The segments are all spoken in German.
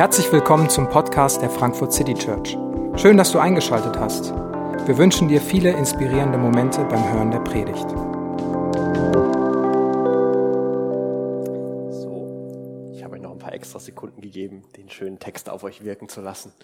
Herzlich willkommen zum Podcast der Frankfurt City Church. Schön, dass du eingeschaltet hast. Wir wünschen dir viele inspirierende Momente beim Hören der Predigt. So, ich habe euch noch ein paar extra Sekunden gegeben, den schönen Text auf euch wirken zu lassen.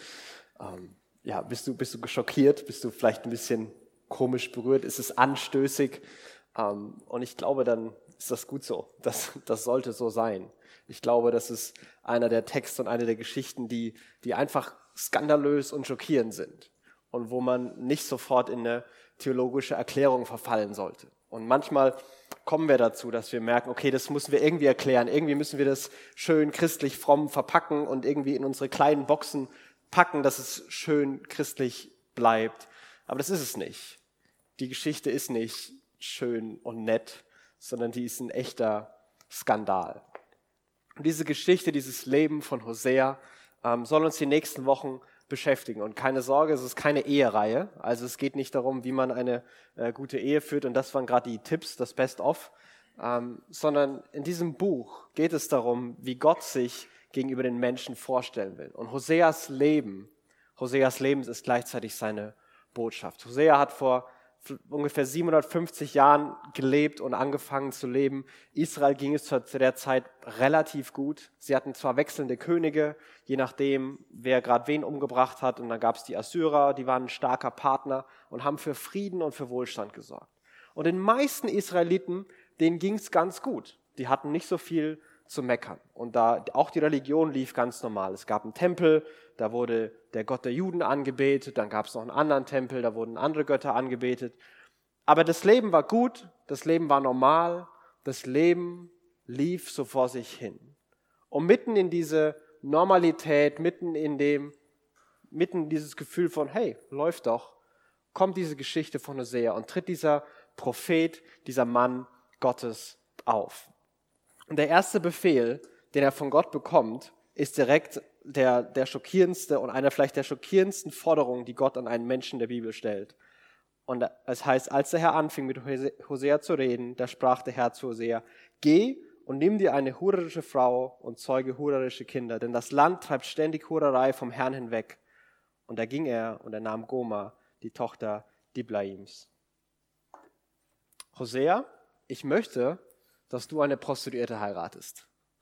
Bist du geschockiert? Bist du vielleicht ein bisschen komisch berührt? Ist es anstößig? Und ich glaube, dann ist das gut so. Das sollte so sein. Ich glaube, das ist einer der Texte und eine der Geschichten, die einfach skandalös und schockierend sind und wo man nicht sofort in eine theologische Erklärung verfallen sollte. Und manchmal kommen wir dazu, dass wir merken, okay, das müssen wir irgendwie erklären. Irgendwie müssen wir das schön christlich fromm verpacken und irgendwie in unsere kleinen Boxen packen, dass es schön christlich bleibt. Aber das ist es nicht. Die Geschichte ist nicht schön und nett, sondern die ist ein echter Skandal. Und diese Geschichte, dieses Leben von Hosea soll uns die nächsten Wochen beschäftigen. Und keine Sorge, es ist keine Ehereihe. Also es geht nicht darum, wie man eine gute Ehe führt. Und das waren gerade die Tipps, das Best-of. Sondern in diesem Buch geht es darum, wie Gott sich gegenüber den Menschen vorstellen will. Und Hoseas Leben ist gleichzeitig seine Botschaft. Hosea hat vor ungefähr 750 Jahren gelebt und angefangen zu leben. Israel ging es zu der Zeit relativ gut. Sie hatten zwar wechselnde Könige, je nachdem, wer gerade wen umgebracht hat. Und dann gab es die Assyrer, die waren ein starker Partner und haben für Frieden und für Wohlstand gesorgt. Und den meisten Israeliten, denen ging es ganz gut. Die hatten nicht so viel zu meckern. Und da auch die Religion lief ganz normal. Es gab einen Tempel, da wurde der Gott der Juden angebetet, dann gab es noch einen anderen Tempel, da wurden andere Götter angebetet. Aber das Leben war gut, das Leben war normal, das Leben lief so vor sich hin. Und mitten in diese Normalität, mitten in dieses Gefühl von, hey, läuft doch, kommt diese Geschichte von Hosea und tritt dieser Prophet, dieser Mann Gottes auf. Und der erste Befehl, den er von Gott bekommt, ist direkt der schockierendste und einer vielleicht der schockierendsten Forderungen, die Gott an einen Menschen der Bibel stellt. Und es heißt, als der Herr anfing mit Hosea zu reden, da sprach der Herr zu Hosea, geh und nimm dir eine hurerische Frau und zeuge hurerische Kinder, denn das Land treibt ständig Hurerei vom Herrn hinweg. Und da ging er und er nahm Goma, die Tochter Diblaims. Hosea, ich möchte, dass du eine Prostituierte heiratest.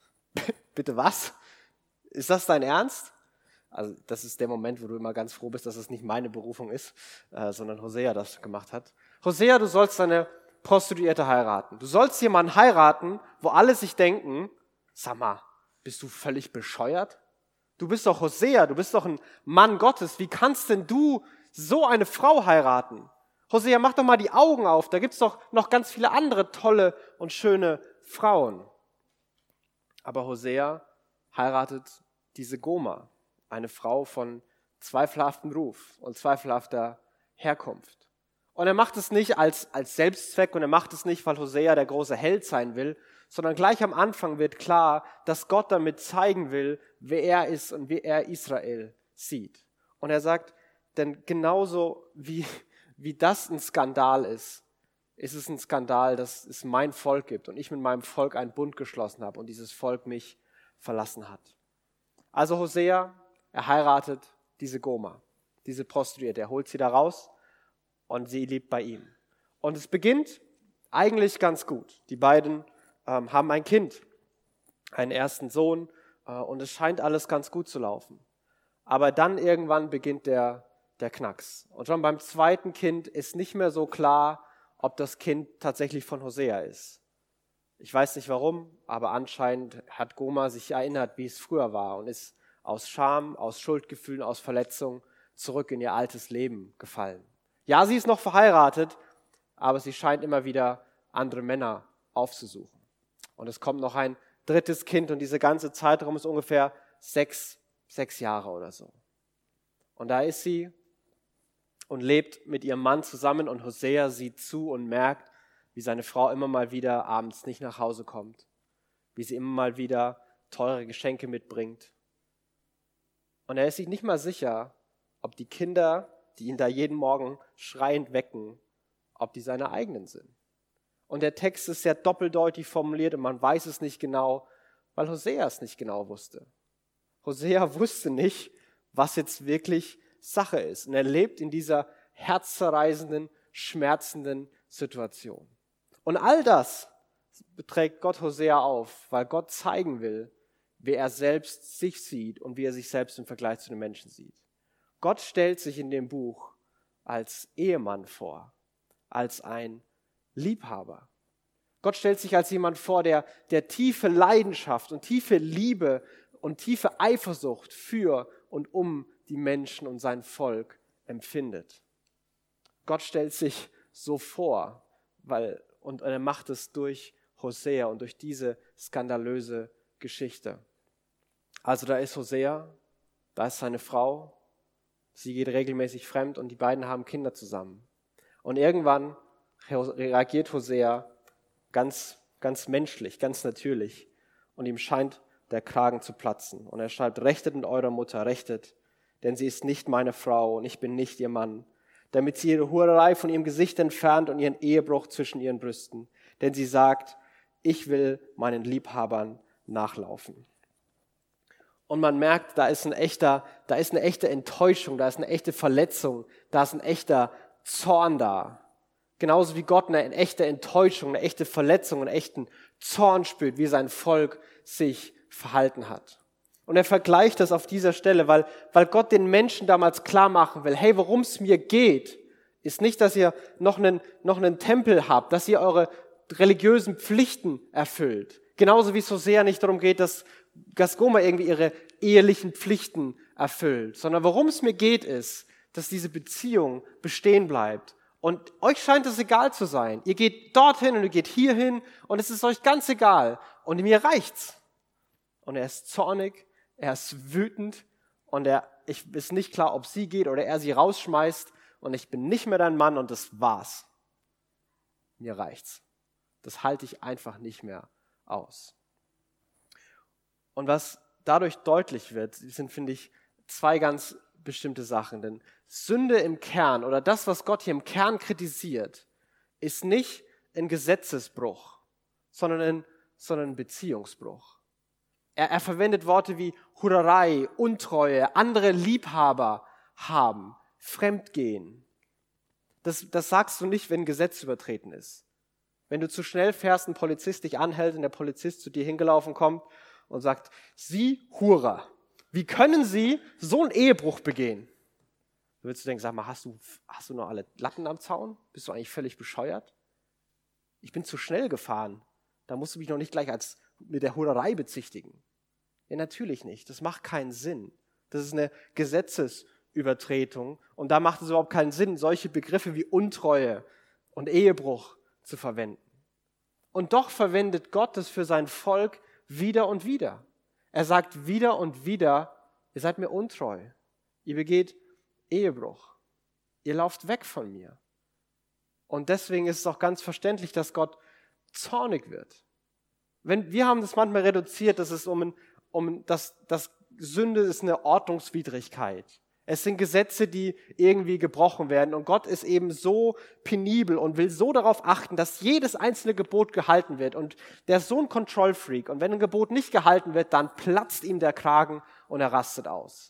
Bitte was? Ist das dein Ernst? Also das ist der Moment, wo du immer ganz froh bist, dass es nicht meine Berufung ist, sondern Hosea das gemacht hat. Hosea, du sollst eine Prostituierte heiraten. Du sollst jemanden heiraten, wo alle sich denken, sag mal, bist du völlig bescheuert? Du bist doch Hosea, du bist doch ein Mann Gottes. Wie kannst denn du so eine Frau heiraten? Hosea, mach doch mal die Augen auf, da gibt's doch noch ganz viele andere tolle und schöne Frauen. Aber Hosea heiratet diese Goma, eine Frau von zweifelhaftem Ruf und zweifelhafter Herkunft. Und er macht es nicht als Selbstzweck und er macht es nicht, weil Hosea der große Held sein will, sondern gleich am Anfang wird klar, dass Gott damit zeigen will, wer er ist und wie er Israel sieht. Und er sagt, denn genauso wie das ein Skandal ist es ein Skandal, dass es mein Volk gibt und ich mit meinem Volk einen Bund geschlossen habe und dieses Volk mich verlassen hat. Also Hosea, er heiratet diese Goma, diese Prostituierte. Er holt sie da raus und sie lebt bei ihm. Und es beginnt eigentlich ganz gut. Die beiden haben ein Kind, einen ersten Sohn und es scheint alles ganz gut zu laufen. Aber dann irgendwann beginnt der Knacks. Und schon beim zweiten Kind ist nicht mehr so klar, ob das Kind tatsächlich von Hosea ist. Ich weiß nicht warum, aber anscheinend hat Goma sich erinnert, wie es früher war und ist aus Scham, aus Schuldgefühlen, aus Verletzung zurück in ihr altes Leben gefallen. Ja, sie ist noch verheiratet, aber sie scheint immer wieder andere Männer aufzusuchen. Und es kommt noch ein drittes Kind und diese ganze Zeitraum ist ungefähr sechs Jahre oder so. Und da ist sie und lebt mit ihrem Mann zusammen und Hosea sieht zu und merkt, wie seine Frau immer mal wieder abends nicht nach Hause kommt, wie sie immer mal wieder teure Geschenke mitbringt. Und er ist sich nicht mal sicher, ob die Kinder, die ihn da jeden Morgen schreiend wecken, ob die seine eigenen sind. Und der Text ist sehr doppeldeutig formuliert und man weiß es nicht genau, weil Hosea es nicht genau wusste. Hosea wusste nicht, was jetzt wirklich Sache ist. Und er lebt in dieser herzzerreißenden, schmerzenden Situation. Und all das trägt Gott Hosea auf, weil Gott zeigen will, wie er selbst sich sieht und wie er sich selbst im Vergleich zu den Menschen sieht. Gott stellt sich in dem Buch als Ehemann vor, als ein Liebhaber. Gott stellt sich als jemand vor, der tiefe Leidenschaft und tiefe Liebe und tiefe Eifersucht für und um die Menschen und sein Volk empfindet. Gott stellt sich so vor, und er macht es durch Hosea und durch diese skandalöse Geschichte. Also da ist Hosea, da ist seine Frau, sie geht regelmäßig fremd und die beiden haben Kinder zusammen. Und irgendwann reagiert Hosea ganz menschlich, ganz natürlich und ihm scheint der Kragen zu platzen. Und er schreibt, rechtet mit eurer Mutter, rechtet, denn sie ist nicht meine Frau und ich bin nicht ihr Mann, damit sie ihre Hurerei von ihrem Gesicht entfernt und ihren Ehebruch zwischen ihren Brüsten. Denn sie sagt, ich will meinen Liebhabern nachlaufen. Und man merkt, da ist eine echte Enttäuschung, da ist eine echte Verletzung, da ist ein echter Zorn da. Genauso wie Gott eine echte Enttäuschung, eine echte Verletzung, einen echten Zorn spürt, wie sein Volk sich verhalten hat. Und er vergleicht das auf dieser Stelle, weil Gott den Menschen damals klar machen will, hey, worum es mir geht, ist nicht, dass ihr noch einen Tempel habt, dass ihr eure religiösen Pflichten erfüllt. Genauso wie es Hosea nicht darum geht, dass Gomer irgendwie ihre ehelichen Pflichten erfüllt, sondern worum es mir geht, ist, dass diese Beziehung bestehen bleibt. Und euch scheint es egal zu sein. Ihr geht dorthin und ihr geht hierhin und es ist euch ganz egal. Und mir reicht's. Und er ist zornig, er ist wütend und ist nicht klar, ob sie geht oder er sie rausschmeißt und ich bin nicht mehr dein Mann und das war's. Mir reicht's. Das halte ich einfach nicht mehr aus. Und was dadurch deutlich wird, sind, finde ich, zwei ganz bestimmte Sachen. Denn Sünde im Kern oder das, was Gott hier im Kern kritisiert, ist nicht ein Gesetzesbruch, sondern ein Beziehungsbruch. Er verwendet Worte wie Hurerei, Untreue, andere Liebhaber haben, Fremdgehen. Das sagst du nicht, wenn ein Gesetz übertreten ist. Wenn du zu schnell fährst, ein Polizist dich anhält und der Polizist zu dir hingelaufen kommt und sagt, Sie Hurer, wie können Sie so einen Ehebruch begehen? Da würdest du denken, sag mal, hast du noch alle Latten am Zaun? Bist du eigentlich völlig bescheuert? Ich bin zu schnell gefahren. Da musst du mich noch nicht gleich mit der Hurerei bezichtigen. Ja, natürlich nicht. Das macht keinen Sinn. Das ist eine Gesetzesübertretung. Und da macht es überhaupt keinen Sinn, solche Begriffe wie Untreue und Ehebruch zu verwenden. Und doch verwendet Gott es für sein Volk wieder und wieder. Er sagt wieder und wieder, ihr seid mir untreu. Ihr begeht Ehebruch. Ihr lauft weg von mir. Und deswegen ist es auch ganz verständlich, dass Gott zornig wird. Wir haben das manchmal reduziert, dass es dass Sünde ist eine Ordnungswidrigkeit. Es sind Gesetze, die irgendwie gebrochen werden. Und Gott ist eben so penibel und will so darauf achten, dass jedes einzelne Gebot gehalten wird. Und der ist so ein Control-Freak. Und wenn ein Gebot nicht gehalten wird, dann platzt ihm der Kragen und er rastet aus.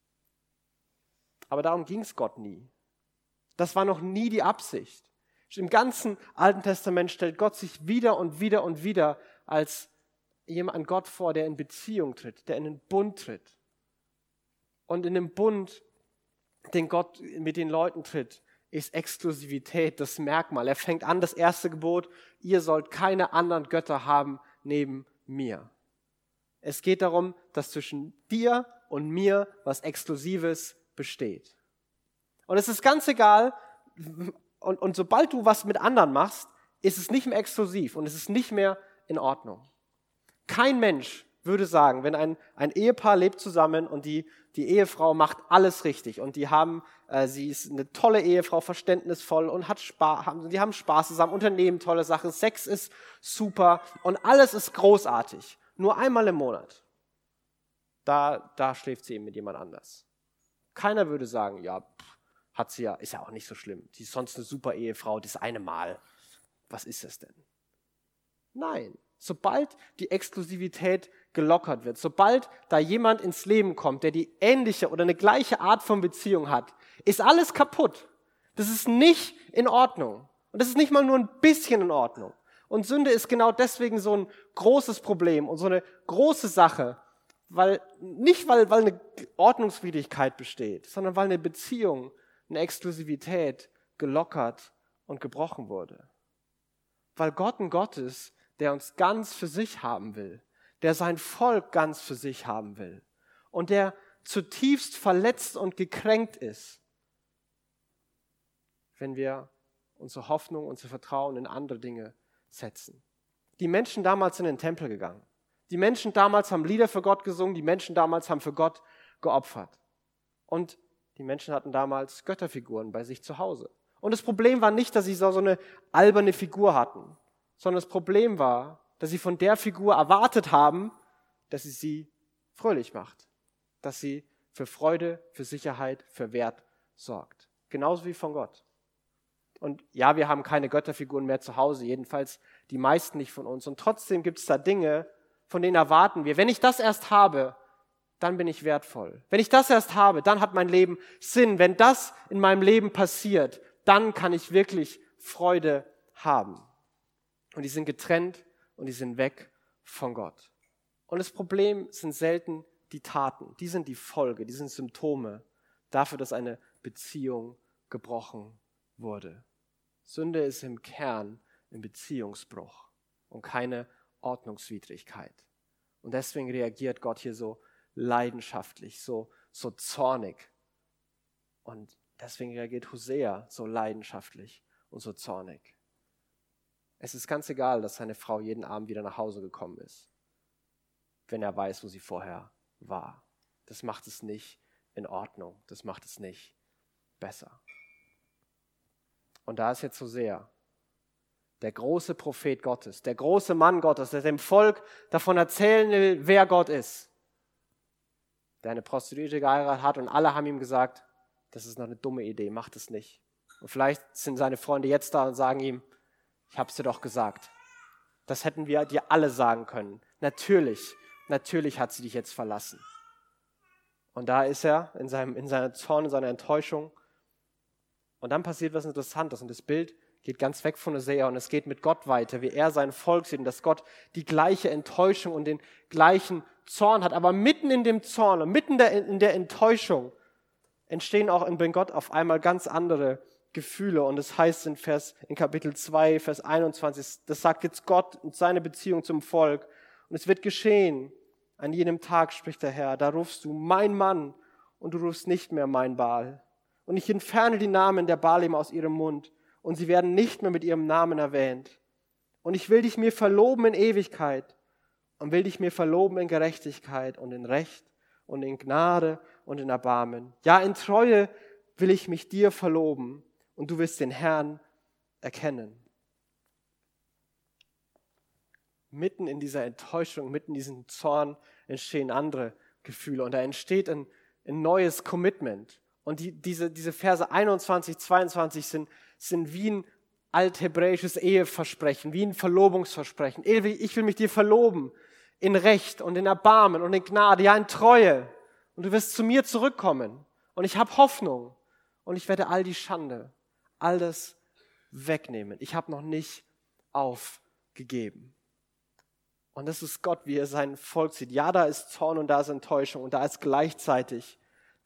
Aber darum ging es Gott nie. Das war noch nie die Absicht. Im ganzen Alten Testament stellt Gott sich wieder und wieder und wieder als jemand Gott vor, der in Beziehung tritt, der in einen Bund tritt. Und in dem Bund, den Gott mit den Leuten tritt, ist Exklusivität das Merkmal. Er fängt an, das erste Gebot, ihr sollt keine anderen Götter haben neben mir. Es geht darum, dass zwischen dir und mir was Exklusives besteht. Und es ist ganz egal, und sobald du was mit anderen machst, ist es nicht mehr exklusiv und es ist nicht mehr in Ordnung. Kein Mensch würde sagen, wenn ein Ehepaar lebt zusammen und die Ehefrau macht alles richtig und sie ist eine tolle Ehefrau, verständnisvoll und die haben Spaß zusammen, unternehmen tolle Sachen, Sex ist super und alles ist großartig. Nur einmal im Monat, da schläft sie eben mit jemand anders. Keiner würde sagen, ja, ist ja auch nicht so schlimm. Die ist sonst eine super Ehefrau, das eine Mal. Was ist das denn? Nein, sobald die Exklusivität gelockert wird, sobald da jemand ins Leben kommt, der die ähnliche oder eine gleiche Art von Beziehung hat, ist alles kaputt. Das ist nicht in Ordnung. Und das ist nicht mal nur ein bisschen in Ordnung. Und Sünde ist genau deswegen so ein großes Problem und so eine große Sache, weil eine Ordnungswidrigkeit besteht, sondern weil eine Beziehung, eine Exklusivität gelockert und gebrochen wurde. Weil Gott ein Gott ist, der uns ganz für sich haben will, der sein Volk ganz für sich haben will und der zutiefst verletzt und gekränkt ist, wenn wir unsere Hoffnung, unser Vertrauen in andere Dinge setzen. Die Menschen damals sind in den Tempel gegangen. Die Menschen damals haben Lieder für Gott gesungen, die Menschen damals haben für Gott geopfert. Und die Menschen hatten damals Götterfiguren bei sich zu Hause. Und das Problem war nicht, dass sie so eine alberne Figur hatten, sondern das Problem war, dass sie von der Figur erwartet haben, dass sie fröhlich macht, dass sie für Freude, für Sicherheit, für Wert sorgt. Genauso wie von Gott. Und ja, wir haben keine Götterfiguren mehr zu Hause, jedenfalls die meisten nicht von uns. Und trotzdem gibt es da Dinge, von denen erwarten wir, wenn ich das erst habe, dann bin ich wertvoll. Wenn ich das erst habe, dann hat mein Leben Sinn. Wenn das in meinem Leben passiert, dann kann ich wirklich Freude haben. Und die sind getrennt und die sind weg von Gott. Und das Problem sind selten die Taten. Die sind die Folge, die sind Symptome dafür, dass eine Beziehung gebrochen wurde. Sünde ist im Kern ein Beziehungsbruch und keine Ordnungswidrigkeit. Und deswegen reagiert Gott hier so leidenschaftlich, so zornig. Und deswegen reagiert Hosea so leidenschaftlich und so zornig. Es ist ganz egal, dass seine Frau jeden Abend wieder nach Hause gekommen ist, wenn er weiß, wo sie vorher war. Das macht es nicht in Ordnung, das macht es nicht besser. Und da ist jetzt Hosea, der große Prophet Gottes, der große Mann Gottes, der dem Volk davon erzählen will, wer Gott ist, der eine Prostituierte geheiratet hat und alle haben ihm gesagt, das ist noch eine dumme Idee, mach das nicht. Und vielleicht sind seine Freunde jetzt da und sagen ihm, ich hab's dir doch gesagt. Das hätten wir dir alle sagen können. Natürlich hat sie dich jetzt verlassen. Und da ist er in seiner Zorn, in seiner Enttäuschung. Und dann passiert was Interessantes und das Bild geht ganz weg von Hosea und es geht mit Gott weiter, wie er sein Volk sieht und dass Gott die gleiche Enttäuschung und den gleichen Zorn hat. Aber mitten in dem Zorn und mitten in der Enttäuschung entstehen auch in Gott auf einmal ganz andere Gefühle. Und es heißt in Kapitel 2, Vers 21, das sagt jetzt Gott und seine Beziehung zum Volk. Und es wird geschehen, an jenem Tag, spricht der Herr, da rufst du mein Mann und du rufst nicht mehr mein Baal. Und ich entferne die Namen der Baalim aus ihrem Mund und sie werden nicht mehr mit ihrem Namen erwähnt. Und ich will dich mir verloben in Ewigkeit und will dich mir verloben in Gerechtigkeit und in Recht und in Gnade und in Erbarmen. Ja, in Treue will ich mich dir verloben und du wirst den Herrn erkennen. Mitten in dieser Enttäuschung, mitten in diesem Zorn entstehen andere Gefühle und da entsteht ein neues Commitment. Und diese Verse 21, 22 sind wie ein althebräisches Eheversprechen, wie ein Verlobungsversprechen. Ich will mich dir verloben in Recht und in Erbarmen und in Gnade, ja in Treue. Und du wirst zu mir zurückkommen. Und ich habe Hoffnung. Und ich werde all die Schande, all das wegnehmen. Ich habe noch nicht aufgegeben. Und das ist Gott, wie er sein Volk sieht. Ja, da ist Zorn und da ist Enttäuschung und da ist gleichzeitig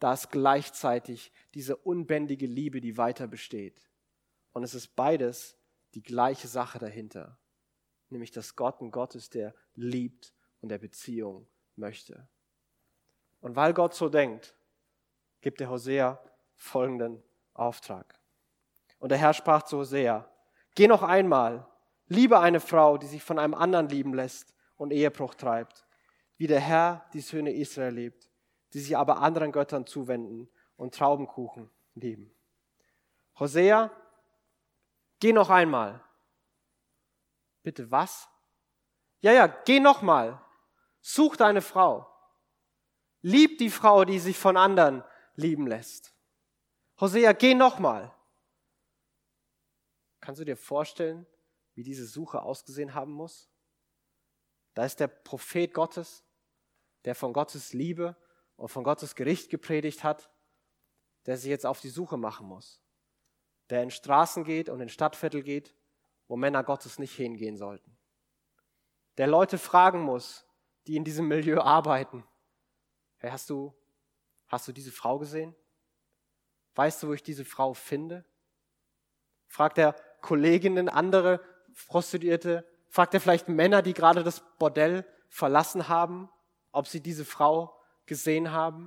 diese unbändige Liebe, die weiter besteht. Und es ist beides die gleiche Sache dahinter. Nämlich, dass Gott ein Gott ist, der liebt und der Beziehung möchte. Und weil Gott so denkt, gibt der Hosea folgenden Auftrag. Und der Herr sprach zu Hosea, geh noch einmal, liebe eine Frau, die sich von einem anderen lieben lässt und Ehebruch treibt, wie der Herr die Söhne Israel liebt, die sich aber anderen Göttern zuwenden und Traubenkuchen lieben. Hosea, geh noch einmal. Bitte was? Ja, geh noch mal. Such deine Frau. Lieb die Frau, die sich von anderen lieben lässt. Hosea, geh noch mal. Kannst du dir vorstellen, wie diese Suche ausgesehen haben muss? Da ist der Prophet Gottes, der von Gottes Liebe und von Gottes Gericht gepredigt hat, der sich jetzt auf die Suche machen muss. Der in Straßen geht und in Stadtviertel geht, wo Männer Gottes nicht hingehen sollten. Der Leute fragen muss, die in diesem Milieu arbeiten. Hey, hast du diese Frau gesehen? Weißt du, wo ich diese Frau finde? Fragt er Kolleginnen, andere Prostituierte, fragt er vielleicht Männer, die gerade das Bordell verlassen haben, ob sie diese Frau gesehen haben?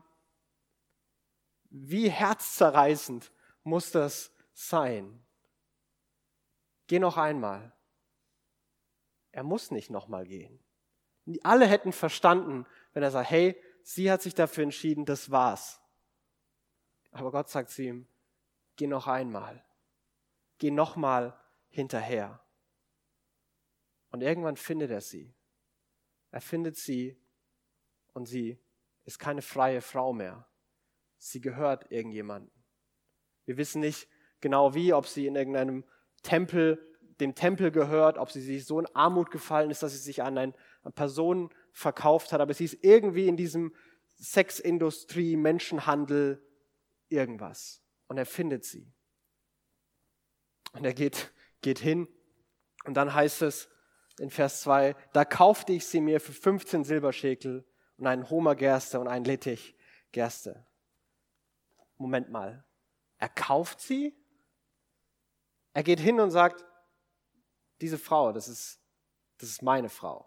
Wie herzzerreißend muss das sein? Geh noch einmal. Er muss nicht nochmal gehen. Alle hätten verstanden, wenn er sagt, hey, sie hat sich dafür entschieden, das war's. Aber Gott sagt zu ihm, geh noch einmal. Geh nochmal hinterher. Und irgendwann findet er sie. Er findet sie und sie ist keine freie Frau mehr. Sie gehört irgendjemandem. Wir wissen nicht genau wie, ob sie in irgendeinem dem Tempel gehört, ob sie sich so in Armut gefallen ist, dass sie sich an eine Person verkauft hat, aber sie ist irgendwie in diesem Sexindustrie, Menschenhandel, irgendwas. Und er findet sie. Und er geht hin und dann heißt es in Vers 2, da kaufte ich sie mir für 15 Silberschekel und einen Homer Gerste und einen Lettich Gerste. Moment mal, er kauft sie? Er geht hin und sagt, diese Frau, das ist meine Frau.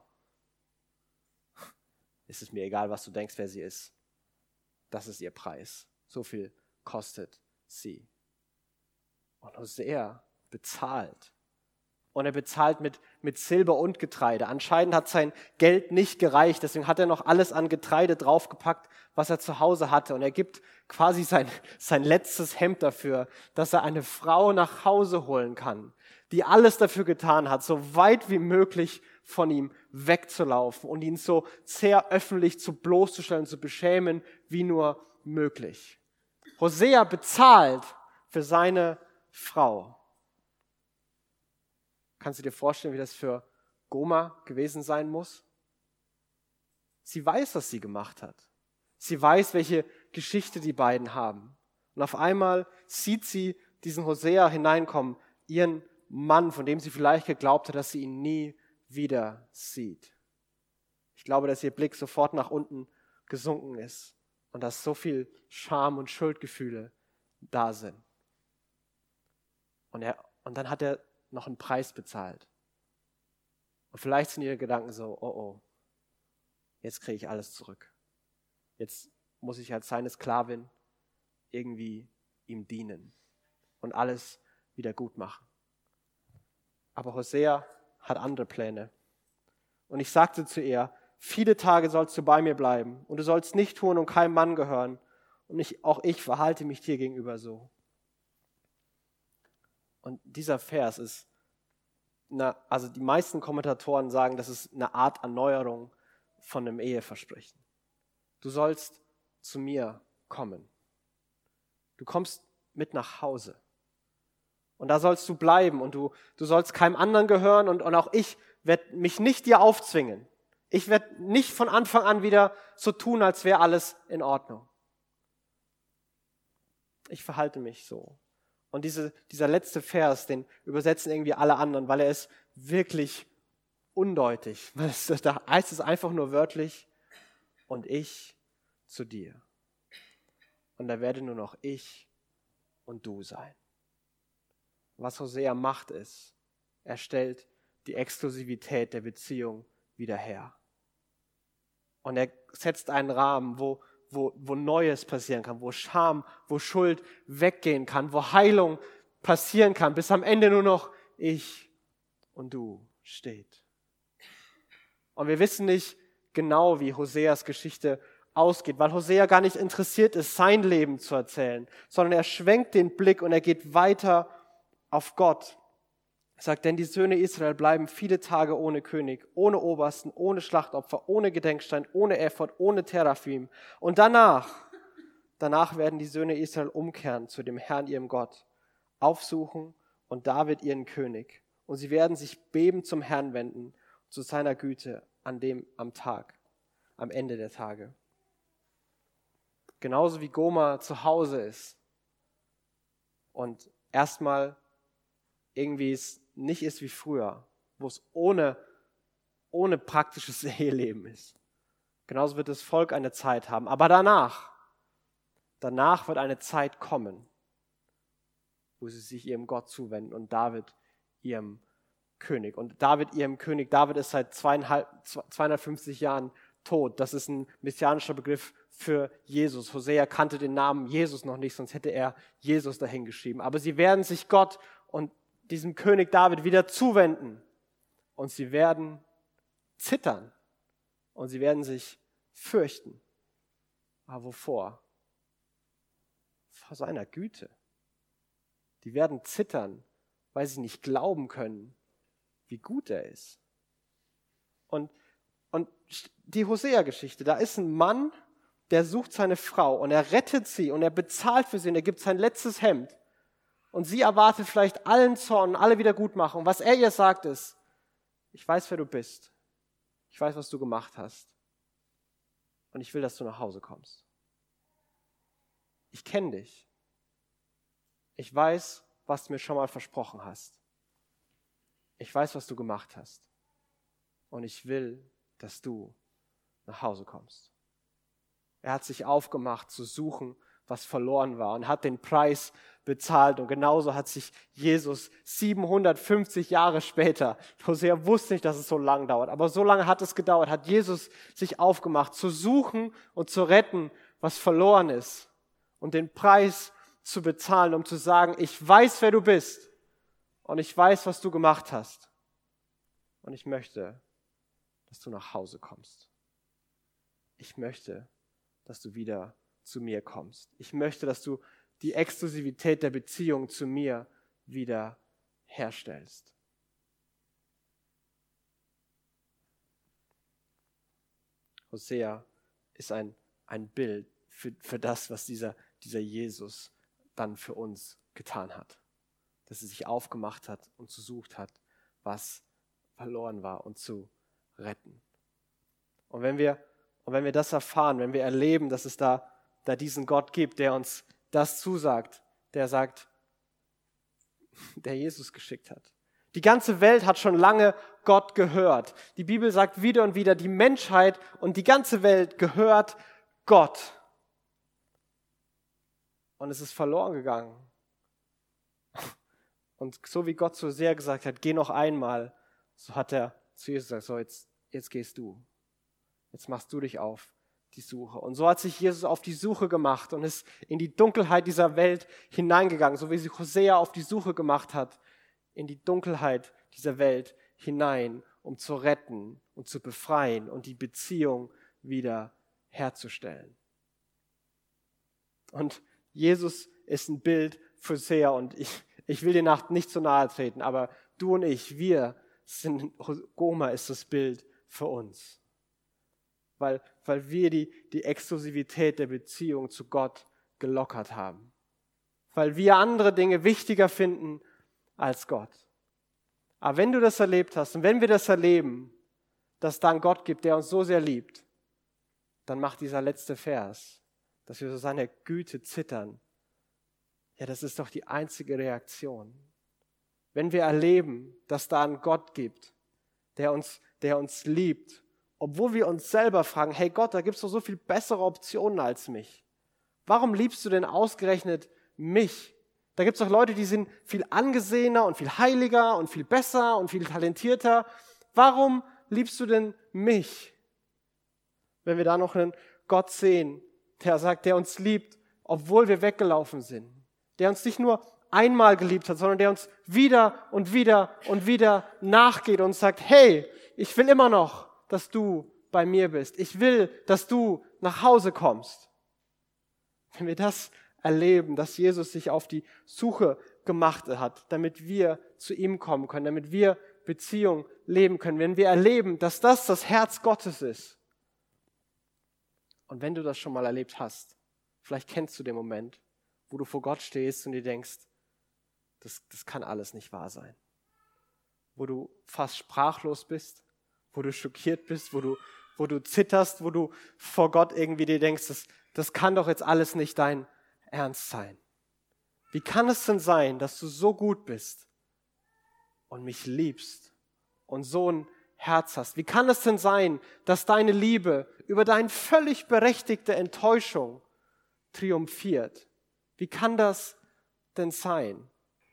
Es ist mir egal, was du denkst, wer sie ist. Das ist ihr Preis. So viel kostet sie. Und Hosea bezahlt. Und er bezahlt mit Silber und Getreide. Anscheinend hat sein Geld nicht gereicht, deswegen hat er noch alles an Getreide draufgepackt, was er zu Hause hatte. Und er gibt quasi sein letztes Hemd dafür, dass er eine Frau nach Hause holen kann, die alles dafür getan hat, so weit wie möglich von ihm wegzulaufen und ihn so sehr öffentlich zu bloßzustellen, zu beschämen, wie nur möglich. Hosea bezahlt für seine Frau. Kannst du dir vorstellen, wie das für Gomer gewesen sein muss? Sie weiß, was sie gemacht hat. Sie weiß, welche Geschichte die beiden haben. Und auf einmal sieht sie diesen Hosea hineinkommen, ihren Mann, von dem sie vielleicht geglaubt hat, dass sie ihn nie wieder sieht. Ich glaube, dass ihr Blick sofort nach unten gesunken ist und dass so viel Scham und Schuldgefühle da sind. Und dann hat er noch einen Preis bezahlt. Und vielleicht sind ihre Gedanken so, oh, jetzt kriege ich alles zurück. Jetzt muss ich als seine Sklavin irgendwie ihm dienen und alles wieder gut machen. Aber Hosea hat andere Pläne. Und ich sagte zu ihr, viele Tage sollst du bei mir bleiben und du sollst nicht tun und keinem Mann gehören. Und auch ich verhalte mich dir gegenüber so. Und dieser Vers ist, also die meisten Kommentatoren sagen, das ist eine Art Erneuerung von einem Eheversprechen. Du sollst zu mir kommen. Du kommst mit nach Hause. Und da sollst du bleiben und du sollst keinem anderen gehören und auch ich werde mich nicht dir aufzwingen. Ich werde nicht von Anfang an wieder so tun, als wäre alles in Ordnung. Ich verhalte mich so. Und dieser letzte Vers, den übersetzen irgendwie alle anderen, weil er ist wirklich undeutig. Da heißt es einfach nur wörtlich, und ich zu dir. Und da werde nur noch ich und du sein. Was Hosea macht ist, er stellt die Exklusivität der Beziehung wieder her. Und er setzt einen Rahmen, wo Neues passieren kann, wo Scham, wo Schuld weggehen kann, wo Heilung passieren kann, bis am Ende nur noch ich und du steht. Und wir wissen nicht genau, wie Hoseas Geschichte ausgeht, weil Hosea gar nicht interessiert ist, sein Leben zu erzählen, sondern er schwenkt den Blick und er geht weiter auf Gott. Er sagt, denn die Söhne Israel bleiben viele Tage ohne König, ohne Obersten, ohne Schlachtopfer, ohne Gedenkstein, ohne Ephod, ohne Teraphim. Und danach werden die Söhne Israel umkehren zu dem Herrn, ihrem Gott, aufsuchen und David ihren König. Und sie werden sich bebend zum Herrn wenden, zu seiner Güte, am Ende der Tage. Genauso wie Gomer zu Hause ist und erstmal irgendwie es nicht ist wie früher, wo es ohne praktisches Eheleben ist. Genauso wird das Volk eine Zeit haben. Aber danach wird eine Zeit kommen, wo sie sich ihrem Gott zuwenden und David ihrem König. Und David ist seit 250 Jahren tot. Das ist ein messianischer Begriff für Jesus. Hosea kannte den Namen Jesus noch nicht, sonst hätte er Jesus dahingeschrieben. Aber sie werden sich Gott und diesem König David wieder zuwenden. Und sie werden zittern. Und sie werden sich fürchten. Aber wovor? Vor seiner Güte. Die werden zittern, weil sie nicht glauben können, wie gut er ist. Und die Hosea-Geschichte, da ist ein Mann, der sucht seine Frau und er rettet sie und er bezahlt für sie und er gibt sein letztes Hemd. Und sie erwartet vielleicht allen Zorn, alle Wiedergutmachung. Und was er ihr sagt ist, ich weiß, wer du bist. Ich weiß, was du gemacht hast. Und ich will, dass du nach Hause kommst. Ich kenne dich. Ich weiß, was du mir schon mal versprochen hast. Ich weiß, was du gemacht hast. Und ich will, dass du nach Hause kommst. Er hat sich aufgemacht, zu suchen, was verloren war und hat den Preis bezahlt. Und genauso hat sich Jesus 750 Jahre später, Hosea wusste nicht, dass es so lange dauert, aber so lange hat es gedauert, hat Jesus sich aufgemacht, zu suchen und zu retten, was verloren ist und den Preis zu bezahlen, um zu sagen, ich weiß, wer du bist und ich weiß, was du gemacht hast und ich möchte, dass du nach Hause kommst. Ich möchte, dass du wieder zu mir kommst. Ich möchte, dass du die Exklusivität der Beziehung zu mir wieder herstellst. Hosea ist ein Bild für das, was dieser Jesus dann für uns getan hat. Dass er sich aufgemacht hat und gesucht hat, was verloren war und zu retten. Und wenn wir das erfahren, wenn wir erleben, dass es da diesen Gott gibt, der uns das zusagt, der sagt, der Jesus geschickt hat. Die ganze Welt hat schon lange Gott gehört. Die Bibel sagt wieder und wieder, die Menschheit und die ganze Welt gehört Gott. Und es ist verloren gegangen. Und so wie Gott so sehr gesagt hat, geh noch einmal, so hat er zu Jesus gesagt, so jetzt gehst du. Jetzt machst du dich auf die Suche. Und so hat sich Jesus auf die Suche gemacht und ist in die Dunkelheit dieser Welt hineingegangen, so wie sich Hosea auf die Suche gemacht hat, in die Dunkelheit dieser Welt hinein, um zu retten und zu befreien und die Beziehung wieder herzustellen. Und Jesus ist ein Bild für Hosea und ich will dir nicht zu nahe treten, aber du und ich, Gomer ist das Bild für uns. Weil wir die Exklusivität der Beziehung zu Gott gelockert haben. Weil wir andere Dinge wichtiger finden als Gott. Aber wenn du das erlebt hast und wenn wir das erleben, dass es da einen Gott gibt, der uns so sehr liebt, dann macht dieser letzte Vers, dass wir so seiner Güte zittern. Ja, das ist doch die einzige Reaktion. Wenn wir erleben, dass da einen Gott gibt, der uns liebt, obwohl wir uns selber fragen, hey Gott, da gibt es doch so viel bessere Optionen als mich. Warum liebst du denn ausgerechnet mich? Da gibt es doch Leute, die sind viel angesehener und viel heiliger und viel besser und viel talentierter. Warum liebst du denn mich? Wenn wir da noch einen Gott sehen, der sagt, der uns liebt, obwohl wir weggelaufen sind. Der uns nicht nur einmal geliebt hat, sondern der uns wieder und wieder und wieder nachgeht und sagt, hey, ich will immer noch, dass du bei mir bist. Ich will, dass du nach Hause kommst. Wenn wir das erleben, dass Jesus sich auf die Suche gemacht hat, damit wir zu ihm kommen können, damit wir Beziehung leben können, wenn wir erleben, dass das Herz Gottes ist. Und wenn du das schon mal erlebt hast, vielleicht kennst du den Moment, wo du vor Gott stehst und dir denkst, das kann alles nicht wahr sein. Wo du fast sprachlos bist, wo du schockiert bist, wo du zitterst, wo du vor Gott irgendwie dir denkst, das kann doch jetzt alles nicht dein Ernst sein. Wie kann es denn sein, dass du so gut bist und mich liebst und so ein Herz hast? Wie kann es denn sein, dass deine Liebe über deine völlig berechtigte Enttäuschung triumphiert? Wie kann das denn sein?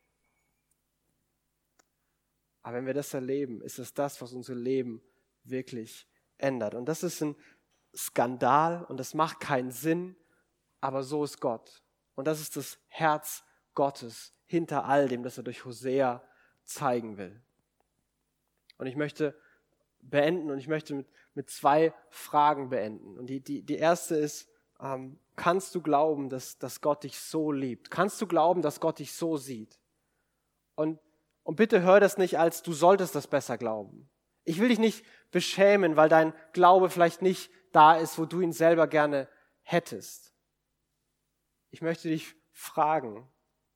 Aber wenn wir das erleben, ist es das, was unser Leben wirklich ändert. Und das ist ein Skandal und das macht keinen Sinn, aber so ist Gott. Und das ist das Herz Gottes hinter all dem, das er durch Hosea zeigen will. Und ich möchte beenden und ich möchte mit 2 Fragen beenden. Und die erste ist, kannst du glauben, dass Gott dich so liebt? Kannst du glauben, dass Gott dich so sieht? Und bitte hör das nicht als, du solltest das besser glauben. Ich will dich nicht beschämen, weil dein Glaube vielleicht nicht da ist, wo du ihn selber gerne hättest. Ich möchte dich fragen,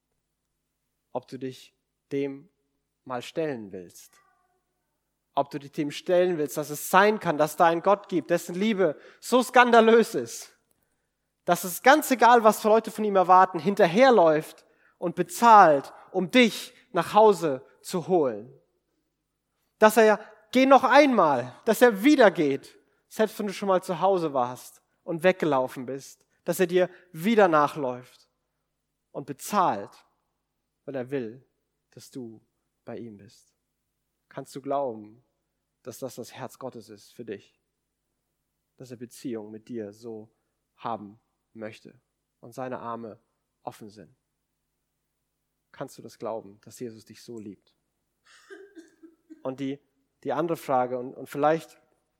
ob du dich dem mal stellen willst. Ob du dich dem stellen willst, dass es sein kann, dass da einen Gott gibt, dessen Liebe so skandalös ist, dass es ganz egal, was Leute von ihm erwarten, hinterherläuft und bezahlt, um dich nach Hause zu holen. Dass er geh noch einmal, dass er wieder geht, selbst wenn du schon mal zu Hause warst und weggelaufen bist, dass er dir wieder nachläuft und bezahlt, weil er will, dass du bei ihm bist. Kannst du glauben, dass das Herz Gottes ist für dich? Dass er Beziehung mit dir so haben möchte und seine Arme offen sind? Kannst du das glauben, dass Jesus dich so liebt? Und die andere Frage, und vielleicht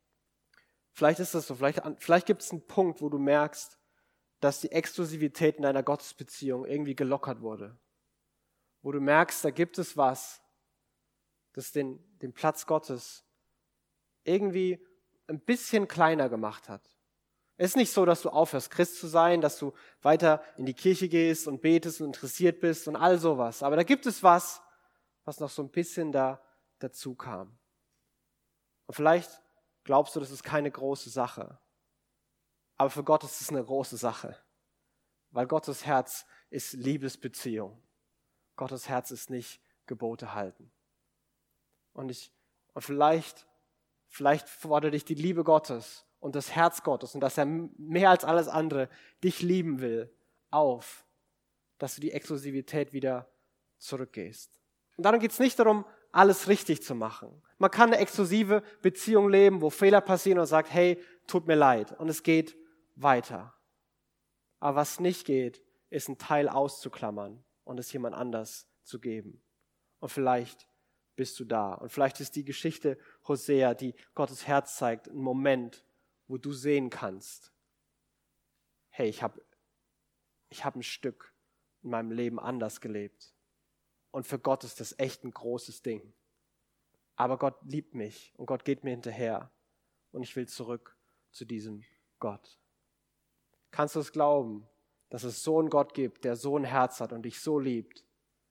ist das so, vielleicht gibt es einen Punkt, wo du merkst, dass die Exklusivität in deiner Gottesbeziehung irgendwie gelockert wurde. Wo du merkst, da gibt es was, das den Platz Gottes irgendwie ein bisschen kleiner gemacht hat. Es ist nicht so, dass du aufhörst, Christ zu sein, dass du weiter in die Kirche gehst und betest und interessiert bist und all sowas. Aber da gibt es was noch so ein bisschen dazu kam. Und vielleicht glaubst du, das ist keine große Sache. Aber für Gott ist es eine große Sache. Weil Gottes Herz ist Liebesbeziehung. Gottes Herz ist nicht Gebote halten. Und vielleicht fordert dich die Liebe Gottes und das Herz Gottes und dass er mehr als alles andere dich lieben will, auf, dass du die Exklusivität wieder zurückgehst. Und darum geht es nicht darum, alles richtig zu machen. Man kann eine exklusive Beziehung leben, wo Fehler passieren und sagt, hey, tut mir leid. Und es geht weiter. Aber was nicht geht, ist ein Teil auszuklammern und es jemand anders zu geben. Und vielleicht bist du da. Und vielleicht ist die Geschichte Hosea, die Gottes Herz zeigt, ein Moment, wo du sehen kannst, hey, ich hab ein Stück in meinem Leben anders gelebt. Und für Gott ist das echt ein großes Ding. Aber Gott liebt mich und Gott geht mir hinterher. Und ich will zurück zu diesem Gott. Kannst du es glauben, dass es so einen Gott gibt, der so ein Herz hat und dich so liebt?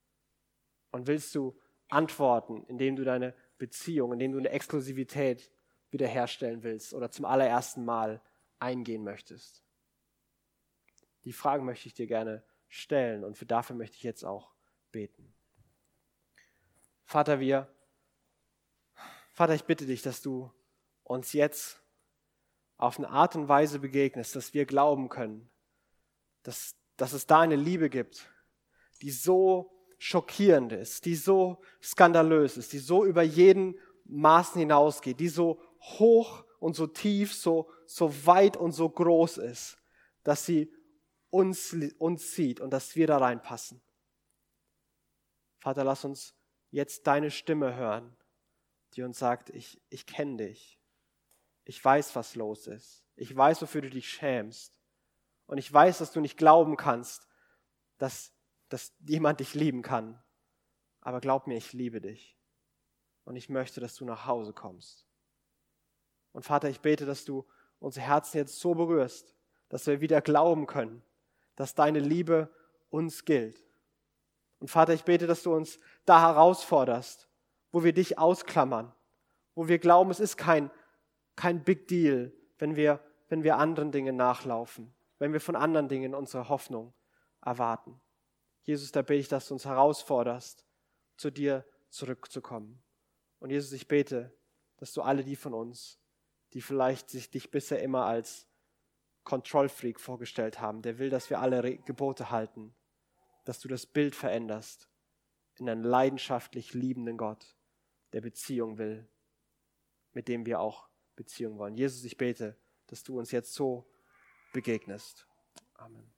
Und willst du antworten, indem du deine Beziehung, indem du eine Exklusivität wiederherstellen willst oder zum allerersten Mal eingehen möchtest? Die Fragen möchte ich dir gerne stellen und dafür möchte ich jetzt auch beten. Vater, ich bitte dich, dass du uns jetzt auf eine Art und Weise begegnest, dass wir glauben können, dass es da eine Liebe gibt, die so schockierend ist, die so skandalös ist, die so über jeden Maßen hinausgeht, die so hoch und so tief, so weit und so groß ist, dass sie uns sieht und dass wir da reinpassen. Vater, lass uns jetzt deine Stimme hören, die uns sagt, ich kenne dich. Ich weiß, was los ist. Ich weiß, wofür du dich schämst. Und ich weiß, dass du nicht glauben kannst, dass jemand dich lieben kann. Aber glaub mir, ich liebe dich. Und ich möchte, dass du nach Hause kommst. Und Vater, ich bete, dass du unsere Herzen jetzt so berührst, dass wir wieder glauben können, dass deine Liebe uns gilt. Und Vater, ich bete, dass du uns da herausforderst, wo wir dich ausklammern, wo wir glauben, es ist kein Big Deal, wenn wir anderen Dingen nachlaufen, wenn wir von anderen Dingen unsere Hoffnung erwarten. Jesus, da bete ich, dass du uns herausforderst, zu dir zurückzukommen. Und Jesus, ich bete, dass du alle die von uns, die vielleicht sich dich bisher immer als Control-Freak vorgestellt haben, der will, dass wir alle Gebote halten, dass du das Bild veränderst in einen leidenschaftlich liebenden Gott, der Beziehung will, mit dem wir auch Beziehung wollen. Jesus, ich bete, dass du uns jetzt so begegnest. Amen.